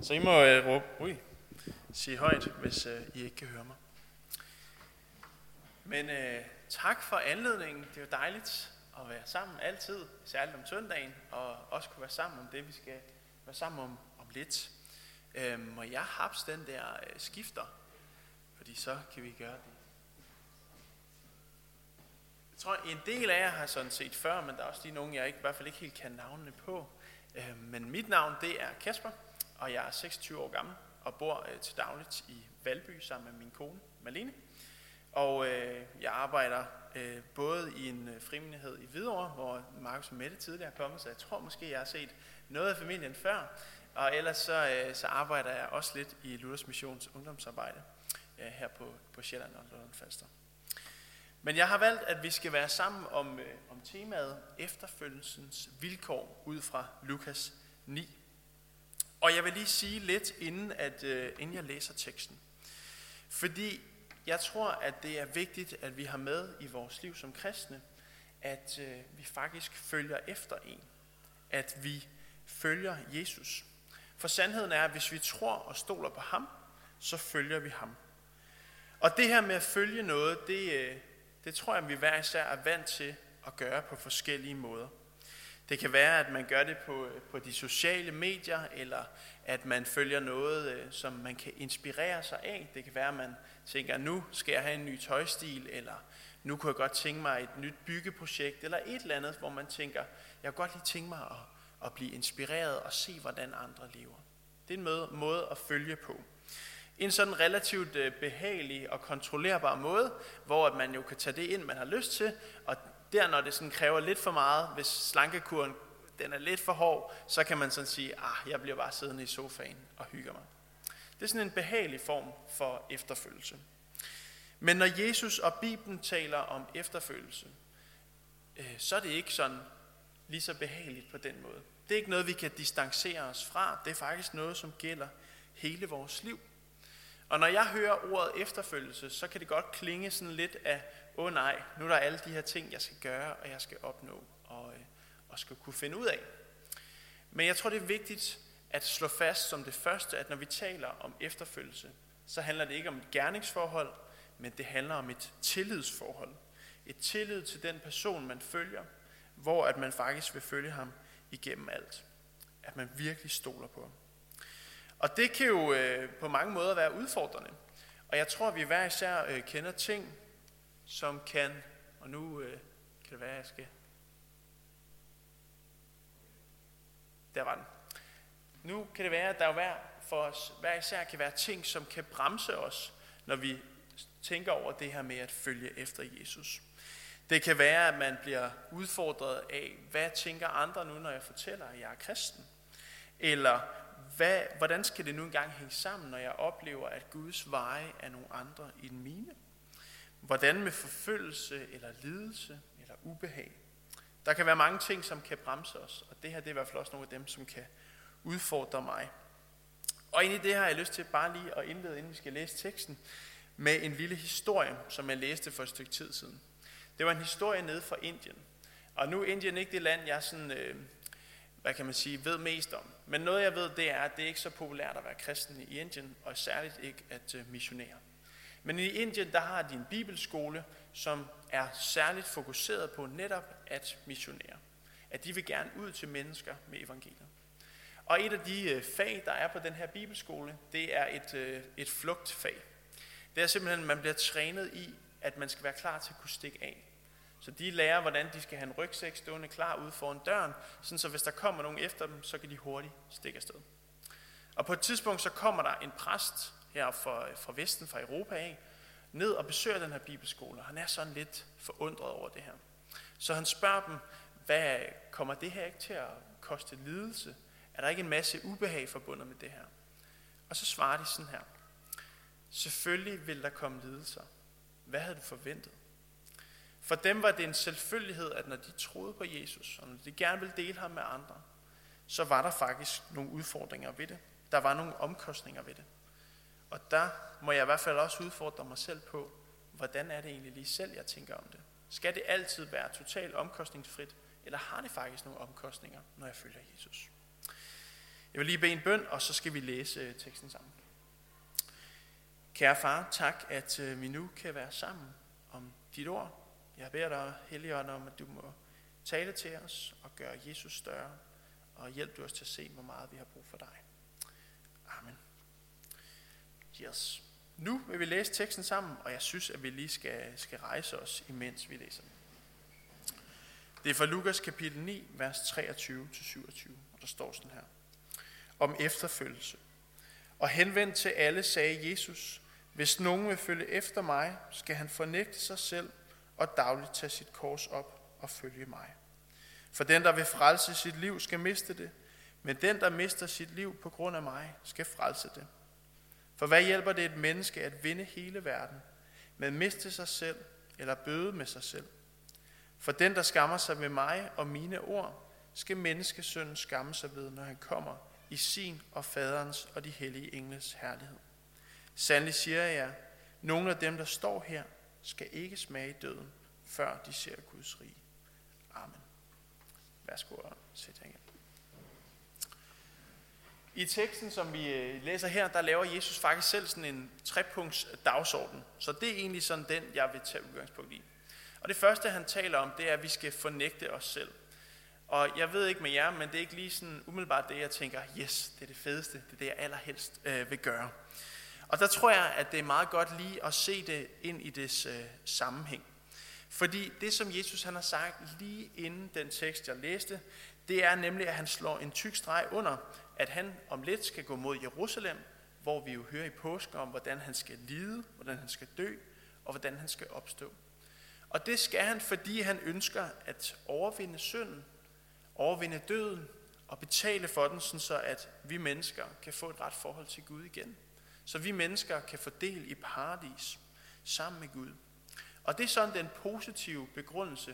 Så I må sige højt, hvis I ikke kan høre mig. Men tak for anledningen. Det er jo dejligt at være sammen altid, særligt om søndagen, og også kunne være sammen om det, vi skal være sammen om lidt. Og jeg har den der skifter, fordi så kan vi gøre det. Jeg tror, en del af jer har sådan set før, men der er også lige nogen, jeg i hvert fald ikke helt kan navnene på. Men mit navn, det er Kasper, og jeg er 26 år gammel og bor til dagligt i Valby sammen med min kone, Malene. Og jeg arbejder både i en frimenighed i Hvidovre, hvor Markus og Mette tidligere er kommet, så jeg tror måske, jeg har set noget af familien før. Og ellers så arbejder jeg også lidt i Luthers Missions ungdomsarbejde her på Sjælland og Lolland-Falster. Men jeg har valgt, at vi skal være sammen om temaet efterfølgelsens vilkår ud fra Lukas 9. Og jeg vil lige sige lidt, inden jeg læser teksten. Fordi jeg tror, at det er vigtigt, at vi har med i vores liv som kristne, at vi faktisk følger efter en. At vi følger Jesus. For sandheden er, at hvis vi tror og stoler på ham, så følger vi ham. Og det her med at følge noget, det tror jeg, vi hver især er vant til at gøre på forskellige måder. Det kan være, at man gør det på de sociale medier, eller at man følger noget, som man kan inspirere sig af. Det kan være, at man tænker, nu skal jeg have en ny tøjstil, eller nu kunne jeg godt tænke mig et nyt byggeprojekt, eller et eller andet, hvor man tænker, jeg kunne godt lige tænke mig at blive inspireret og se, hvordan andre lever. Det er en måde at følge på. En sådan relativt behagelig og kontrollerbar måde, hvor at man jo kan tage det ind, man har lyst til, og når det sådan kræver lidt for meget, hvis slankekuren den er lidt for hård, så kan man sådan sige, jeg bliver bare siddende i sofaen og hygger mig. Det er sådan en behagelig form for efterfølgelse. Men når Jesus og Bibelen taler om efterfølgelse, så er det ikke sådan lige så behageligt på den måde. Det er ikke noget, vi kan distancere os fra. Det er faktisk noget, som gælder hele vores liv. Og når jeg hører ordet efterfølgelse, så kan det godt klinge sådan lidt af, nej, nu er der alle de her ting, jeg skal gøre, og jeg skal opnå, og skal kunne finde ud af. Men jeg tror, det er vigtigt at slå fast som det første, at når vi taler om efterfølgelse, så handler det ikke om et gerningsforhold, men det handler om et tillidsforhold. Et tillid til den person, man følger, hvor at man faktisk vil følge ham igennem alt. At man virkelig stoler på ham. Og det kan jo på mange måder være udfordrende. Og jeg tror, at vi hver især kender ting, som kan, og nu kan det være, at jeg skal. Der var den. Nu kan det være, at der for os hver især kan være ting, som kan bremse os, når vi tænker over det her med at følge efter Jesus. Det kan være, at man bliver udfordret af, hvad tænker andre nu, når jeg fortæller, at jeg er kristen? Eller hvordan skal det nu engang hænge sammen, når jeg oplever, at Guds veje er nogle andre end mine? Hvordan med forfølgelse, eller lidelse, eller ubehag? Der kan være mange ting, som kan bremse os, og det her det er i hvert fald også nogle af dem, som kan udfordre mig. Og ind i det har jeg lyst til bare lige at indlede, inden vi skal læse teksten, med en lille historie, som jeg læste for et stykke tid siden. Det var en historie nede fra Indien. Og nu er Indien ikke det land, jeg sådan, ved mest om. Men noget jeg ved, det er, at det ikke er så populært at være kristen i Indien, og særligt ikke at missionere. Men i Indien, der har de en bibelskole, som er særligt fokuseret på netop at missionere. At de vil gerne ud til mennesker med evangeliet. Og et af de fag, der er på den her bibelskole, det er et flugtfag. Det er simpelthen, at man bliver trænet i, at man skal være klar til at kunne stikke af. Så de lærer, hvordan de skal have en rygsæk stående klar ude foran døren, sådan så hvis der kommer nogen efter dem, så kan de hurtigt stikke afsted. Og på et tidspunkt, så kommer der en præst her fra Vesten, fra Europa af, ned og besøger den her bibelskole, og han er sådan lidt forundret over det her. Så han spørger dem, hvad kommer det her ikke til at koste lidelse? Er der ikke en masse ubehag forbundet med det her? Og så svarer de sådan her. Selvfølgelig vil der komme lidelser. Hvad havde du forventet? For dem var det en selvfølgelighed, at når de troede på Jesus, og når de gerne ville dele ham med andre, så var der faktisk nogle udfordringer ved det. Der var nogle omkostninger ved det. Og der må jeg i hvert fald også udfordre mig selv på, hvordan er det egentlig lige selv, jeg tænker om det? Skal det altid være totalt omkostningsfrit, eller har det faktisk nogle omkostninger, når jeg følger Jesus? Jeg vil lige bede en bøn, og så skal vi læse teksten sammen. Kære far, tak, at vi nu kan være sammen om dit ord. Jeg beder dig, Helligånd, om, at du må tale til os og gøre Jesus større, og hjælp du os til at se, hvor meget vi har brug for dig. Amen. Yes. Nu vil vi læse teksten sammen, og jeg synes, at vi lige skal rejse os, imens vi læser den. Det er fra Lukas kapitel 9, vers 23-27, og der står sådan her. Om efterfølgelse. Og henvendt til alle sagde Jesus, hvis nogen vil følge efter mig, skal han fornægte sig selv og dagligt tage sit kors op og følge mig. For den, der vil frelse sit liv, skal miste det, men den, der mister sit liv på grund af mig, skal frelse det. For hvad hjælper det et menneske at vinde hele verden, men miste sig selv eller bøde med sig selv? For den, der skammer sig ved mig og mine ord, skal menneskesønnen skamme sig ved, når han kommer i sin og faderens og de hellige engles herlighed. Sandelig siger jeg jer, nogle af dem, der står her, skal ikke smage døden, før de ser Guds rige. Amen. Værsgo og sæt jer igen. I teksten, som vi læser her, der laver Jesus faktisk selv sådan en 3-punkts dagsorden. Så det er egentlig sådan den, jeg vil tage udgangspunkt i. Og det første, han taler om, det er, at vi skal fornægte os selv. Og jeg ved ikke med jer, men det er ikke lige sådan umiddelbart det, jeg tænker, yes, det er det fedeste, det er det, jeg allerhelst vil gøre. Og der tror jeg, at det er meget godt lige at se det ind i dets sammenhæng. Fordi det, som Jesus han har sagt lige inden den tekst, jeg læste, det er nemlig, at han slår en tyk streg under, at han om lidt skal gå mod Jerusalem, hvor vi jo hører i påsken om, hvordan han skal lide, hvordan han skal dø, og hvordan han skal opstå. Og det skal han, fordi han ønsker at overvinde synden, overvinde døden og betale for den, så at vi mennesker kan få et ret forhold til Gud igen. Så vi mennesker kan få del i paradis sammen med Gud. Og det er sådan den positive begrundelse,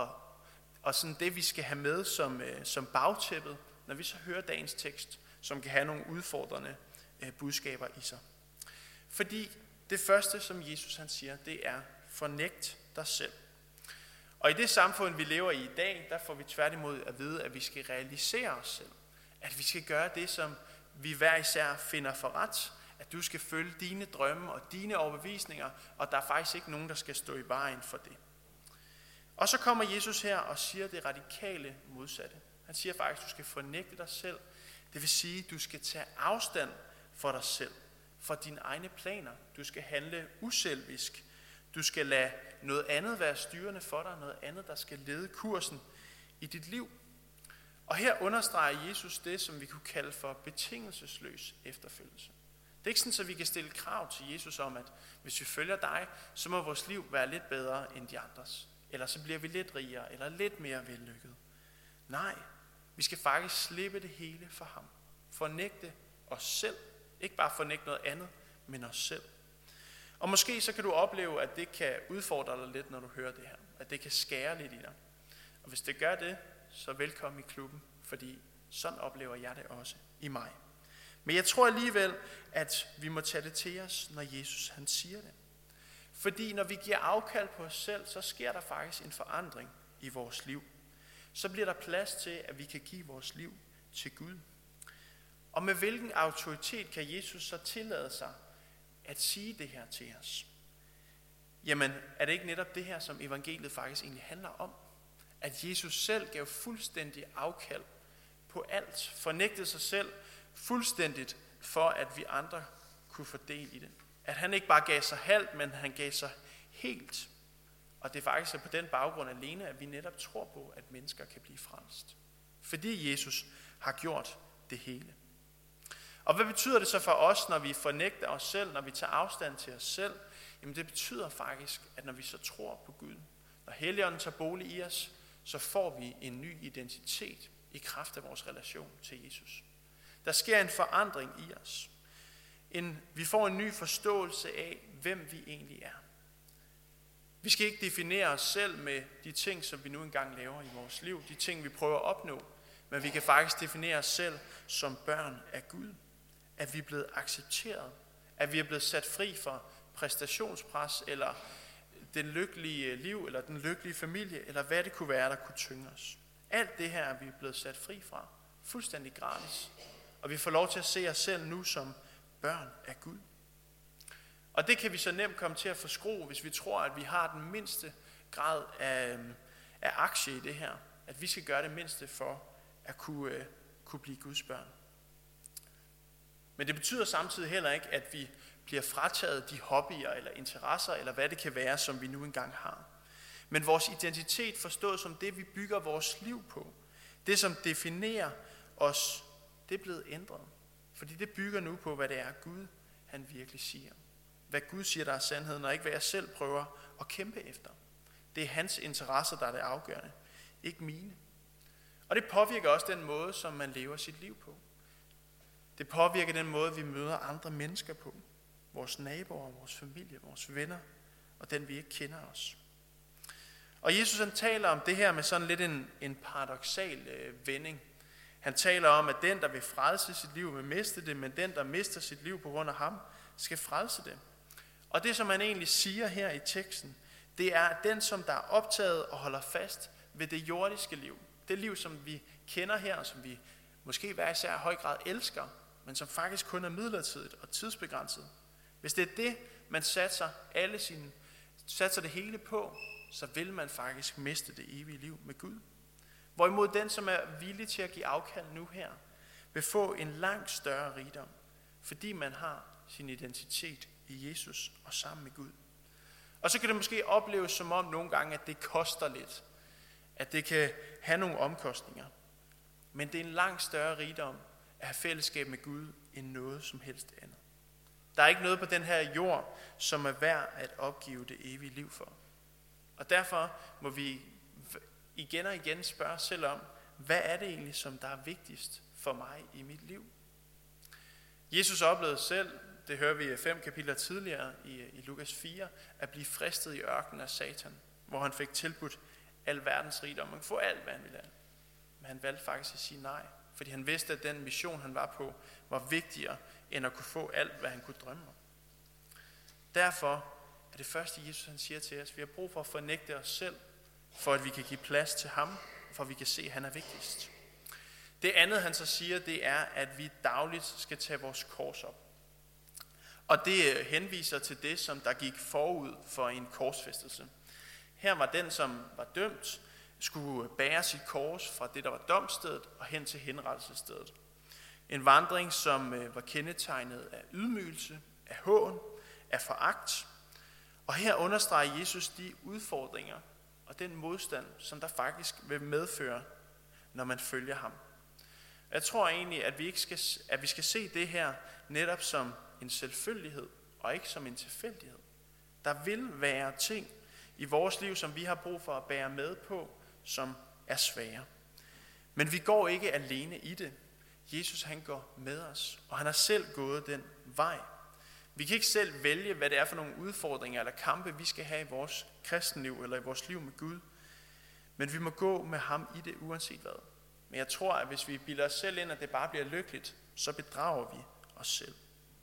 og sådan det vi skal have med som bagtæppet, når vi så hører dagens tekst, som kan have nogle udfordrende budskaber i sig. Fordi det første, som Jesus han siger, det er, fornægt dig selv. Og i det samfund, vi lever i dag, der får vi tværtimod at vide, at vi skal realisere os selv. At vi skal gøre det, som vi hver især finder for ret. At du skal følge dine drømme og dine overbevisninger, og der er faktisk ikke nogen, der skal stå i vejen for det. Og så kommer Jesus her og siger det radikale modsatte. Han siger faktisk, at du skal fornægte dig selv. Det vil sige, at du skal tage afstand for dig selv, for dine egne planer. Du skal handle uselvisk. Du skal lade noget andet være styrende for dig, noget andet, der skal lede kursen i dit liv. Og her understreger Jesus det, som vi kunne kalde for betingelsesløs efterfølgelse. Det er ikke sådan, at vi kan stille krav til Jesus om, at hvis vi følger dig, så må vores liv være lidt bedre end de andres. Eller så bliver vi lidt rigere, eller lidt mere vellykket. Nej, vi skal faktisk slippe det hele for ham. Fornægte os selv. Ikke bare fornægte noget andet, men os selv. Og måske så kan du opleve, at det kan udfordre dig lidt, når du hører det her. At det kan skære lidt i dig. Og hvis det gør det, så velkommen i klubben, fordi sådan oplever jeg det også i mig. Men jeg tror alligevel, at vi må tage det til os, når Jesus han siger det. Fordi når vi giver afkald på os selv, så sker der faktisk en forandring i vores liv. Så bliver der plads til, at vi kan give vores liv til Gud. Og med hvilken autoritet kan Jesus så tillade sig at sige det her til os? Jamen, er det ikke netop det her, som evangeliet faktisk egentlig handler om? At Jesus selv gav fuldstændig afkald på alt, fornægtede sig selv fuldstændigt, for at vi andre kunne få del i det. At han ikke bare gav sig halvt, men han gav sig helt. Og det er faktisk på den baggrund alene, at vi netop tror på, at mennesker kan blive frelst. Fordi Jesus har gjort det hele. Og hvad betyder det så for os, når vi fornægter os selv, når vi tager afstand til os selv? Jamen det betyder faktisk, at når vi så tror på Gud, når Helligånden tager bolig i os, så får vi en ny identitet i kraft af vores relation til Jesus. Der sker en forandring i os. Vi får en ny forståelse af, hvem vi egentlig er. Vi skal ikke definere os selv med de ting, som vi nu engang laver i vores liv, de ting, vi prøver at opnå, men vi kan faktisk definere os selv som børn af Gud. At vi er blevet accepteret, at vi er blevet sat fri for præstationspres, eller den lykkelige liv, eller den lykkelige familie, eller hvad det kunne være, der kunne tynge os. Alt det her er vi blevet sat fri fra, fuldstændig gratis. og vi får lov til at se os selv nu som børn af Gud. Og det kan vi så nemt komme til at forskrue, hvis vi tror, at vi har den mindste grad af aktie i det her. At vi skal gøre det mindste for at kunne blive Guds børn. Men det betyder samtidig heller ikke, at vi bliver frataget de hobbyer eller interesser, eller hvad det kan være, som vi nu engang har. Men vores identitet forstået som det, vi bygger vores liv på, det som definerer os, det er blevet ændret. Fordi det bygger nu på, hvad det er Gud, han virkelig siger. Hvad Gud siger, der er sandheden, og ikke hvad jeg selv prøver at kæmpe efter. Det er hans interesser, der er det afgørende, ikke mine. Og det påvirker også den måde, som man lever sit liv på. Det påvirker den måde, vi møder andre mennesker på. Vores naboer, vores familie, vores venner, og den vi ikke kender os. Og Jesus han taler om det her med sådan lidt en paradoksal vending. Han taler om, at den, der vil frelse sit liv, vil miste det, men den, der mister sit liv på grund af ham, skal frelse det. Og det, som han egentlig siger her i teksten, det er, at den, som der er optaget og holder fast ved det jordiske liv, det liv, som vi kender her, og som vi måske hver især i høj grad elsker, men som faktisk kun er midlertidigt og tidsbegrænset. Hvis det er det, man satser det hele på, så vil man faktisk miste det evige liv med Gud. Hvorimod den, som er villig til at give afkald nu her, vil få en langt større rigdom, fordi man har sin identitet i Jesus og sammen med Gud. Og så kan det måske opleves som om nogle gange, at det koster lidt, at det kan have nogle omkostninger. Men det er en langt større rigdom at have fællesskab med Gud end noget som helst andet. Der er ikke noget på den her jord, som er værd at opgive det evige liv for. Og derfor må vi igen og igen spørge os selv om, hvad er det egentlig, som der er vigtigst for mig i mit liv? Jesus oplevede selv, det hører vi 5 kapitler tidligere i Lukas 4, at blive fristet i ørkenen af Satan, hvor han fik tilbudt al verdens rigdom. Man kan få alt, hvad han ville have. Men han valgte faktisk at sige nej, fordi han vidste, at den mission, han var på, var vigtigere, end at kunne få alt, hvad han kunne drømme om. Derfor er det første, Jesus han siger til os, vi har brug for at fornægte os selv, for at vi kan give plads til ham, for at vi kan se, at han er vigtigst. Det andet, han så siger, det er, at vi dagligt skal tage vores kors op. Og det henviser til det, som der gik forud for en korsfæstelse. Her var den, som var dømt, skulle bære sit kors fra det, der var domsstedet, og hen til henrettelsesstedet. En vandring, som var kendetegnet af ydmygelse, af hån, af foragt. Og her understreger Jesus de udfordringer og den modstand, som der faktisk vil medføre, når man følger ham. Jeg tror egentlig, at vi skal se det her netop som en selvfølgelighed, og ikke som en tilfældighed. Der vil være ting i vores liv, som vi har brug for at bære med på, som er svære. Men vi går ikke alene i det. Jesus han går med os, og han har selv gået den vej. Vi kan ikke selv vælge, hvad det er for nogle udfordringer eller kampe, vi skal have i vores kristenliv eller i vores liv med Gud. Men vi må gå med ham i det, uanset hvad. Men jeg tror, at hvis vi bilder os selv ind, at det bare bliver lykkeligt, så bedrager vi os selv.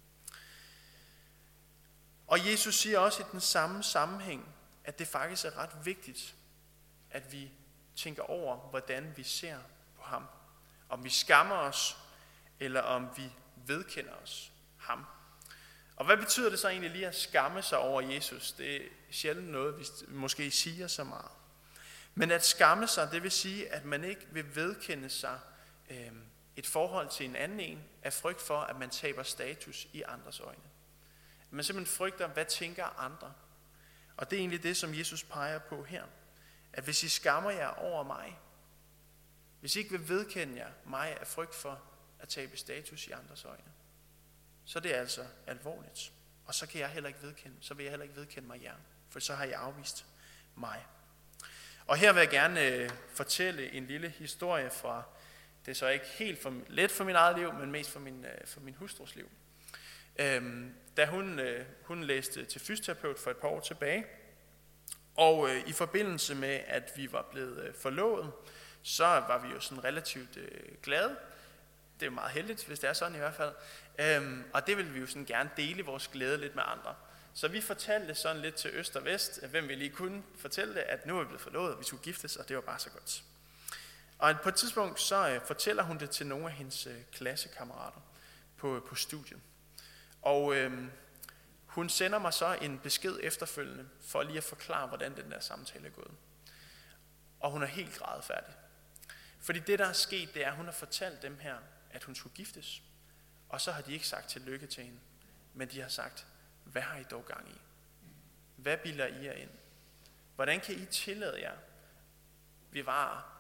Og Jesus siger også i den samme sammenhæng, at det faktisk er ret vigtigt, at vi tænker over, hvordan vi ser på ham. Om vi skammer os, eller om vi vedkender os ham. Og hvad betyder det så egentlig lige at skamme sig over Jesus? Det er sjældent noget, vi måske siger så meget. Men at skamme sig, det vil sige, at man ikke vil vedkende sig et forhold til en anden en, af frygt for, at man taber status i andres øjne. Man simpelthen frygter, hvad tænker andre? Og det er egentlig det, som Jesus peger på her. At hvis I skammer jer over mig, hvis I ikke vil vedkende jer mig af frygt for at tabe status i andres øjne, så er det altså alvorligt. Og så vil jeg heller ikke vedkende mig jer, for så har jeg afvist mig. Og her vil jeg gerne fortælle en lille historie fra, det er så ikke helt let for mit eget liv, men mest for min hustrus liv. Da hun læste til fysioterapeut for et par år tilbage, og i forbindelse med, at vi var blevet forlovet, så var vi jo sådan relativt glade. Det er meget heldigt, hvis det er sådan i hvert fald. Og det ville vi jo sådan gerne dele vores glæde lidt med andre. Så vi fortalte sådan lidt til øst og vest, hvem vi lige kunne fortælle det, at nu er vi blevet forlovet, vi skulle giftes, og det var bare så godt. Og på et tidspunkt så fortæller hun det til nogle af hendes klassekammerater på studiet. Og hun sender mig så en besked efterfølgende, for lige at forklare, hvordan den der samtale er gået. Og hun er helt grædefærdig. Fordi det, der er sket, det er, at hun har fortalt dem her, at hun skulle giftes. Og så har de ikke sagt tillykke til hende, men de har sagt, hvad har I dog gang i? Hvad bilder I jer ind? Hvordan kan I tillade jer? Vi var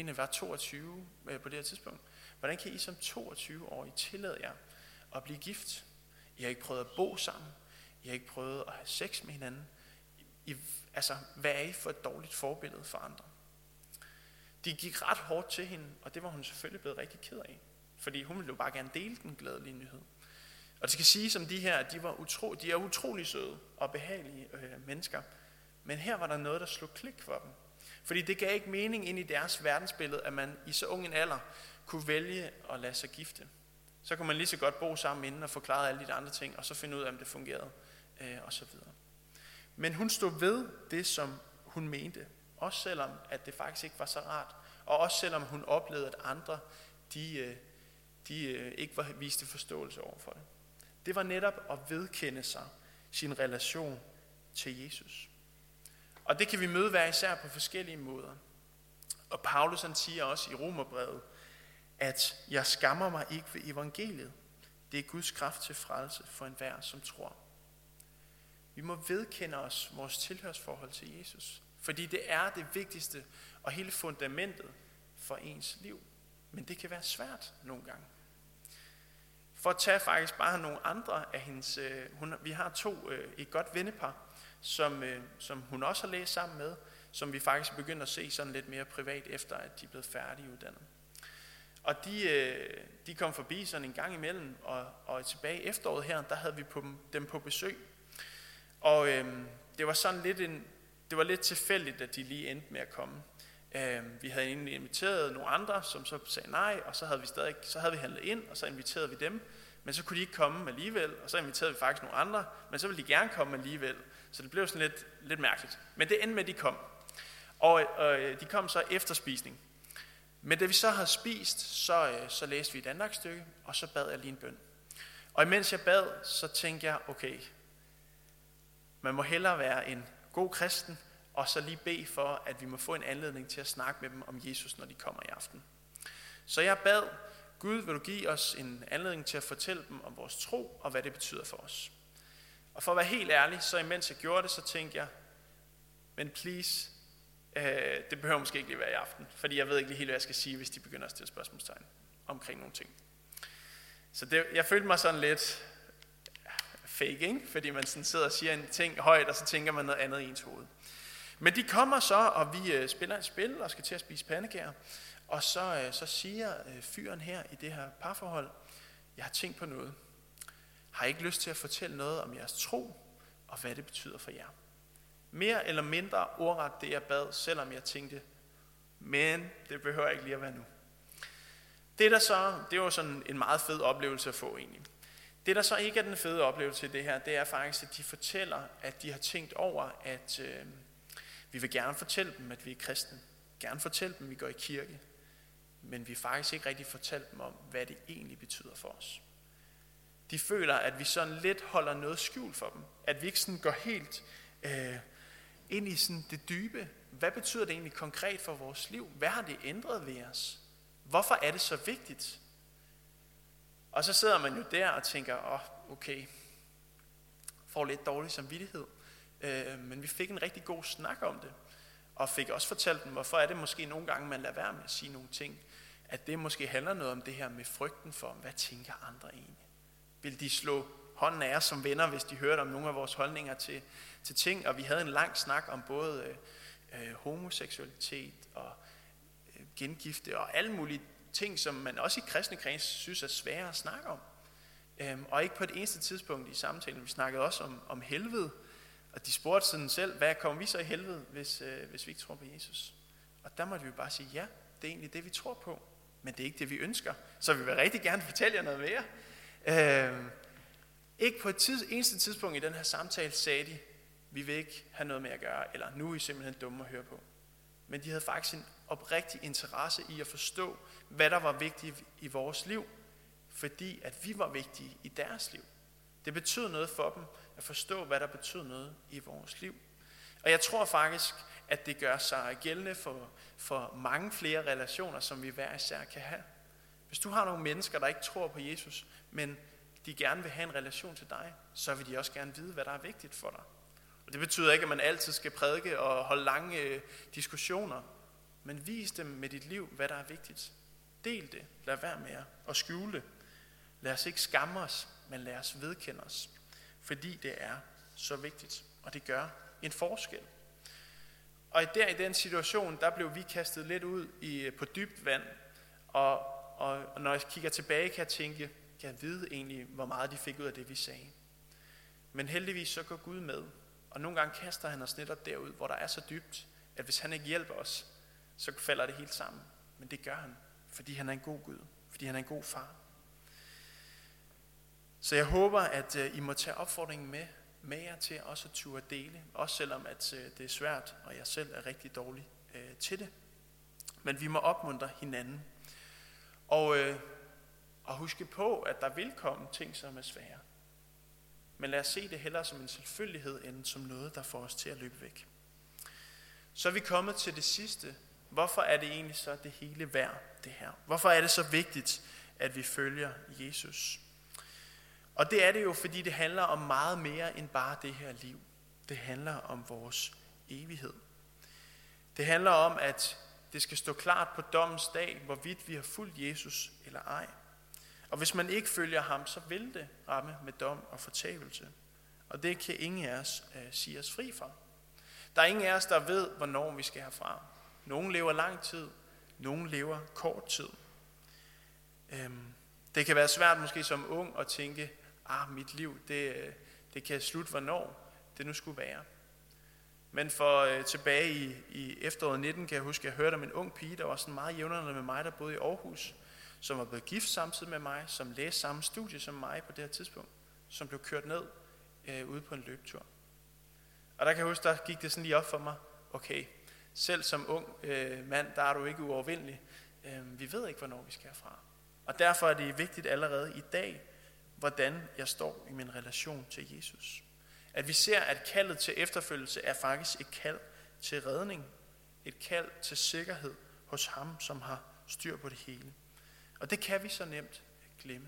22 på det her tidspunkt. Hvordan kan I som 22-årige tillade jer at blive gift? I har ikke prøvet at bo sammen. I har ikke prøvet at have sex med hinanden. Hvad er I for et dårligt forbillede for andre? De gik ret hårdt til hende, og det var hun selvfølgelig blevet rigtig ked af. Fordi hun ville jo bare gerne dele den glædelige nyhed. Og det skal siges om de her, de er utrolig søde og behagelige mennesker. Men her var der noget, der slog klik for dem. Fordi det gav ikke mening ind i deres verdensbillede, at man i så ung en alder kunne vælge at lade sig gifte. Så kunne man lige så godt bo sammen inden og forklare alle de andre ting, og så finde ud af, om det fungerede, og så videre. Men hun stod ved det, som hun mente. Også selvom, at det faktisk ikke var så rart. Og også selvom hun oplevede, at andre, de ikke viste forståelse over for det. Det var netop at vedkende sig sin relation til Jesus. Og det kan vi møde hver især på forskellige måder. Og Paulus han siger også i Romerbrevet, at jeg skammer mig ikke ved evangeliet. Det er Guds kraft til frelse for enhver, som tror. Vi må vedkende os vores tilhørsforhold til Jesus. Fordi det er det vigtigste og hele fundamentet for ens liv. Men det kan være svært nogle gange. For at tage faktisk bare nogle andre af hendes... vi har et godt vennepar, som hun også har læst sammen med, som vi faktisk begynder at se sådan lidt mere privat, efter at de er blevet færdiguddannet. Og de kom forbi sådan en gang imellem, og tilbage i efteråret her, der havde vi dem på besøg. Og det var sådan lidt tilfældigt, at de lige endte med at komme. Vi havde egentlig inviteret nogle andre, som så sagde nej, og så havde vi handlet ind, og så inviterede vi dem. Men så kunne de ikke komme alligevel, og så inviterede vi faktisk nogle andre, men så ville de gerne komme alligevel. Så det blev sådan lidt mærkeligt. Men det endte med, at de kom. Og de kom så efter spisning. Men da vi så havde spist, så læste vi et andagtstykke, og så bad jeg lige en bøn. Og imens jeg bad, så tænkte jeg, okay, man må hellere være en god kristen, og så lige bede for, at vi må få en anledning til at snakke med dem om Jesus, når de kommer i aften. Så jeg bad, Gud, vil du give os en anledning til at fortælle dem om vores tro, og hvad det betyder for os. Og for at være helt ærlig, så imens jeg gjorde det, så tænkte jeg, men please, det behøver måske ikke lige være i aften, fordi jeg ved ikke lige helt, hvad jeg skal sige, hvis de begynder at stille spørgsmålstegn omkring nogle ting. Så jeg følte mig sådan lidt fake, ikke? Fordi man sådan sidder og siger en ting højt, og så tænker man noget andet i ens hoved. Men de kommer så, og vi spiller et spil og skal til at spise pandekager. Og så siger fyren her i det her parforhold, jeg har tænkt på noget. Har I ikke lyst til at fortælle noget om jeres tro, og hvad det betyder for jer? Mere eller mindre ordret det, jeg bad, selvom jeg tænkte, men det behøver ikke lige at være nu. Det var sådan en meget fed oplevelse at få egentlig. Det, der så ikke er den fede oplevelse i det her, det er faktisk, at de fortæller, at de har tænkt over, at vi vil gerne fortælle dem, at vi er kristne. Gerne fortælle dem, at vi går i kirke. Men vi faktisk ikke rigtig fortalt dem om, hvad det egentlig betyder for os. De føler, at vi sådan lidt holder noget skjult for dem. At vi ikke sådan går helt ind i sådan det dybe. Hvad betyder det egentlig konkret for vores liv? Hvad har det ændret ved os? Hvorfor er det så vigtigt? Og så sidder man jo der og tænker, okay, får lidt dårlig samvittighed. Men vi fik en rigtig god snak om det. Og fik også fortalt dem, hvorfor er det måske nogle gange, man lader være med at sige nogle ting. At det måske handler noget om det her med frygten for, hvad tænker andre egentlig? Vil de slå hånden af os som venner, hvis de hørte om nogle af vores holdninger til ting? Og vi havde en lang snak om både homoseksualitet og gengifte og alle mulige ting, som man også i kristne kreds synes er svære at snakke om. Og ikke på et eneste tidspunkt i samtalen. Vi snakkede også om helvede. Og de spurgte sådan selv, hvad kommer vi så i helvede, hvis vi ikke tror på Jesus? Og der måtte vi bare sige, ja, det er egentlig det, vi tror på. Men det er ikke det, vi ønsker. Så vi vil rigtig gerne fortælle jer noget mere. Ikke på et eneste tidspunkt i den her samtale sagde de, vi vil ikke have noget med at gøre, eller nu er I simpelthen dumme at høre på. men de havde faktisk en oprigtig interesse i at forstå, hvad der var vigtigt i vores liv, fordi at vi var vigtige i deres liv. Det betød noget for dem at forstå, hvad der betød noget i vores liv. Og jeg tror faktisk, at det gør sig gældende for mange flere relationer, som vi hver især kan have. Hvis du har nogle mennesker, der ikke tror på Jesus, men de gerne vil have en relation til dig, så vil de også gerne vide, hvad der er vigtigt for dig. Og det betyder ikke, at man altid skal prædike og holde lange diskussioner, men vis dem med dit liv, hvad der er vigtigt. Del det. Lad være med at skjule det. Lad os ikke skamme os, men lad os vedkende os. Fordi det er så vigtigt, og det gør en forskel. Og der i den situation, der blev vi kastet lidt ud på dybt vand. Og når jeg kigger tilbage, kan jeg tænke, kan jeg vide egentlig, hvor meget de fik ud af det, vi sagde. Men heldigvis så går Gud med. Og nogle gange kaster han os netop derud, hvor der er så dybt, at hvis han ikke hjælper os, så falder det helt sammen. Men det gør han, fordi han er en god Gud. Fordi han er en god far. Så jeg håber, at I må tage opfordringen med jer til også at turde dele. Også selvom at det er svært, og jeg selv er rigtig dårlig til det. Men vi må opmuntre hinanden. Og huske på, at der vil komme ting, som er svære. Men lad os se det hellere som en selvfølgelighed, end som noget, der får os til at løbe væk. Så er vi kommet til det sidste. Hvorfor er det egentlig så det hele værd, det her? Hvorfor er det så vigtigt, at vi følger Jesus? Og det er det jo, fordi det handler om meget mere end bare det her liv. Det handler om vores evighed. Det handler om, at det skal stå klart på dommens dag, hvorvidt vi har fulgt Jesus eller ej. Og hvis man ikke følger ham, så vil det ramme med dom og fortabelse. Og det kan ingen af os sige os fri fra. Der er ingen af os, der ved, hvornår vi skal herfra. Nogle lever lang tid, nogle lever kort tid. Det kan være svært måske som ung at tænke, mit liv, det kan slutte, hvornår det nu skulle være. Men for tilbage i efteråret 19, kan jeg huske, at jeg hørte om en ung pige, der var sådan meget jævnaldrende med mig, der boede i Aarhus, som var blevet gift samtidig med mig, som læste samme studie som mig på det her tidspunkt, som blev kørt ned ude på en løbetur. Og der kan jeg huske, der gik det sådan lige op for mig, okay, selv som ung mand, der er du ikke uovervindelig. Vi ved ikke, hvornår vi skal herfra. Og derfor er det vigtigt allerede i dag, hvordan jeg står i min relation til Jesus. At vi ser, at kaldet til efterfølgelse er faktisk et kald til redning. Et kald til sikkerhed hos ham, som har styr på det hele. Og det kan vi så nemt glemme.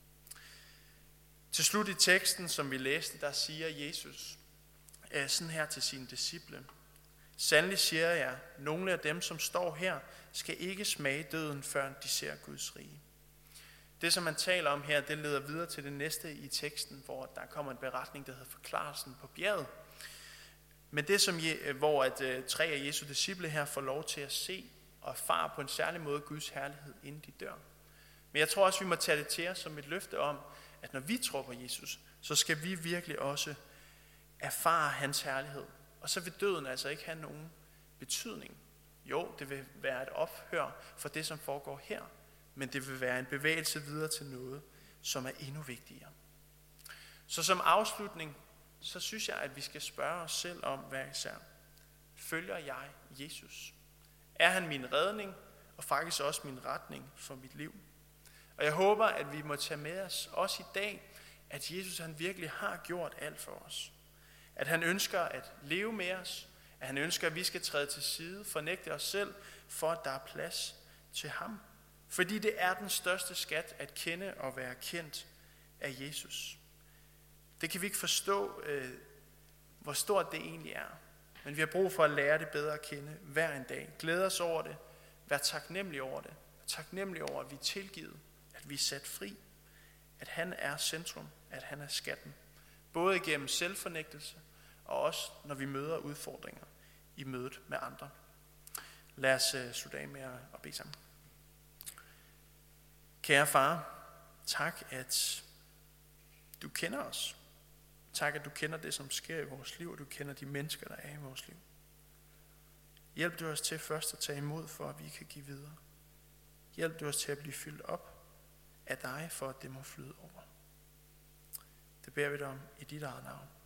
Til slut i teksten, som vi læste, der siger Jesus sådan her til sine disciple. Sandelig siger jeg, nogle af dem, som står her, skal ikke smage døden, før de ser Guds rige. Det, som man taler om her, det leder videre til det næste i teksten, hvor der kommer en beretning, der hedder Forklarelsen på bjerget. Men det, hvor tre af Jesu disciple her får lov til at se og erfare på en særlig måde Guds herlighed, inden de dør. Men jeg tror også, vi må tage det til os som et løfte om, at når vi tror på Jesus, så skal vi virkelig også erfare hans herlighed. Og så vil døden altså ikke have nogen betydning. Jo, det vil være et ophør for det, som foregår her, men det vil være en bevægelse videre til noget, som er endnu vigtigere. Så som afslutning, så synes jeg, at vi skal spørge os selv om hver især. Følger jeg Jesus? Er han min redning, og faktisk også min retning for mit liv? Og jeg håber, at vi må tage med os, også i dag, at Jesus han virkelig har gjort alt for os. At han ønsker at leve med os, at han ønsker, at vi skal træde til side, fornægte os selv, for at der er plads til ham. Fordi det er den største skat at kende og være kendt af Jesus. Det kan vi ikke forstå, hvor stort det egentlig er. Men vi har brug for at lære det bedre at kende hver en dag. Glæde os over det. Vær taknemmelig over det. Vær taknemmelig over, at vi er tilgivet. At vi er sat fri. At han er centrum. At han er skatten. Både gennem selvfornægtelse og også når vi møder udfordringer i mødet med andre. Lad os slutte af med at bede sammen. Kære far, tak at du kender os. Tak at du kender det, som sker i vores liv, og du kender de mennesker, der er i vores liv. Hjælp du os til først at tage imod, for at vi kan give videre. Hjælp du os til at blive fyldt op af dig, for at det må flyde over. Det beder vi dig om i dit eget navn.